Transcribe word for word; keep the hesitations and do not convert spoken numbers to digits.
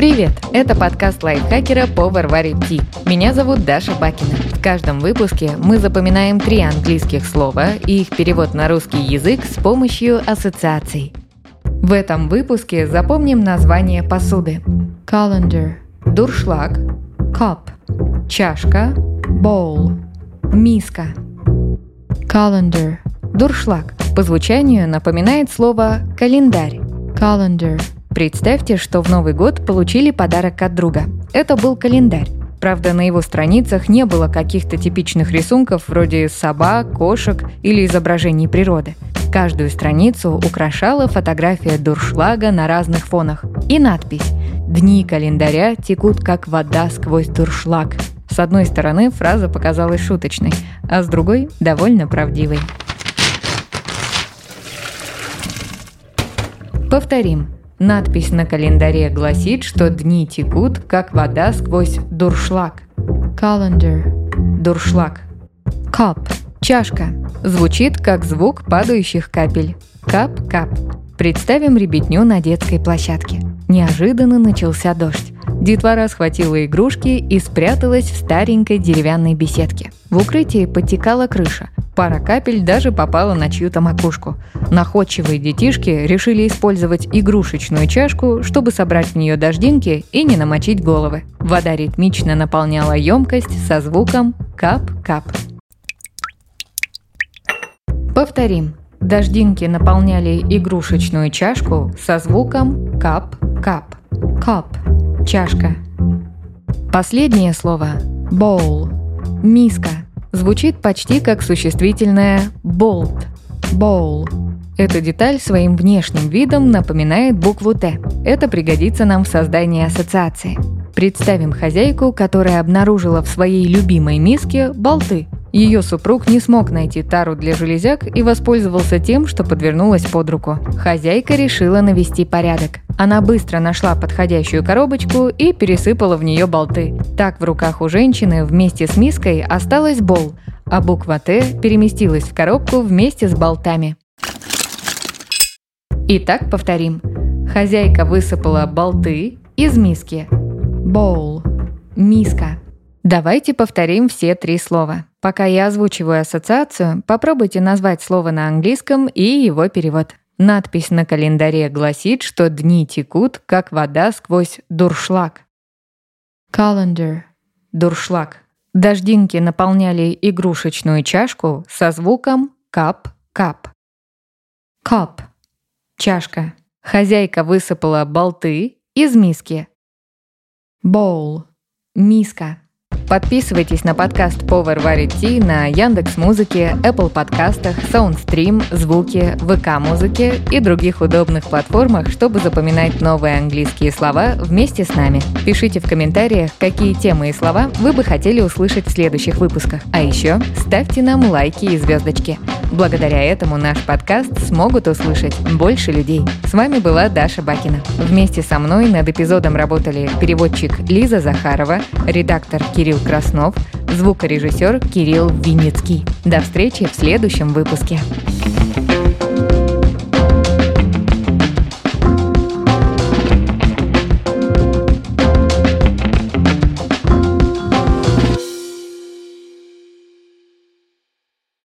Привет! Это подкаст лайфхакера по Варваре Ти. Меня зовут Даша Бакина. В каждом выпуске мы запоминаем три английских слова и их перевод на русский язык с помощью ассоциаций. В этом выпуске запомним название посуды. Colander – дуршлаг, cup – чашка, bowl – миска. Colander – дуршлаг. По звучанию напоминает слово «календарь». Colander. Представьте, что в Новый год получили подарок от друга. Это был календарь. Правда, на его страницах не было каких-то типичных рисунков вроде собак, кошек или изображений природы. Каждую страницу украшала фотография дуршлага на разных фонах и надпись «Дни календаря текут как вода сквозь дуршлаг». С одной стороны, фраза показалась шуточной, а с другой – довольно правдивой. Повторим. Надпись на календаре гласит, что дни текут, как вода сквозь дуршлаг. Colander – дуршлаг. Cup – чашка. Звучит как звук падающих капель. Кап-кап. Представим ребятню на детской площадке. Неожиданно начался дождь. Детвора схватила игрушки и спряталась в старенькой деревянной беседке. В укрытии подтекала крыша. Пара капель даже попала на чью-то макушку. Находчивые детишки решили использовать игрушечную чашку, чтобы собрать в нее дождинки и не намочить головы. Вода ритмично наполняла емкость со звуком кап-кап. Повторим. Дождинки наполняли игрушечную чашку со звуком кап-кап. Cup – чашка. Последнее слово – bowl – миска. Звучит почти как существительное bolt – bowl. Эта деталь своим внешним видом напоминает букву «Т». Это пригодится нам в создании ассоциации. Представим хозяйку, которая обнаружила в своей любимой миске болты. Ее супруг не смог найти тару для железяк и воспользовался тем, что подвернулось под руку. Хозяйка решила навести порядок. Она быстро нашла подходящую коробочку и пересыпала в нее болты. Так в руках у женщины вместе с миской осталась бол, а буква «Т» переместилась в коробку вместе с болтами. Итак, повторим. Хозяйка высыпала болты из миски. Bowl – миска. Давайте повторим все три слова. Пока я озвучиваю ассоциацию, попробуйте назвать слово на английском и его перевод. Надпись на календаре гласит, что дни текут, как вода сквозь дуршлаг. Colander – дуршлаг. Дождинки наполняли игрушечную чашку со звуком кап-кап. Cup – чашка. Хозяйка высыпала болты из миски. Bowl – миска. Подписывайтесь на подкаст по Варваре Ти на Яндекс.Музыке, Apple подкастах, Soundstream, Звуки, ВК-музыке и других удобных платформах, чтобы запоминать новые английские слова вместе с нами. Пишите в комментариях, какие темы и слова вы бы хотели услышать в следующих выпусках. А еще ставьте нам лайки и звездочки. Благодаря этому наш подкаст смогут услышать больше людей. С вами была Даша Бакина. Вместе со мной над эпизодом работали переводчик Лиза Захарова, редактор Кирилл Краснов, звукорежиссер Кирилл Винницкий. До встречи в следующем выпуске.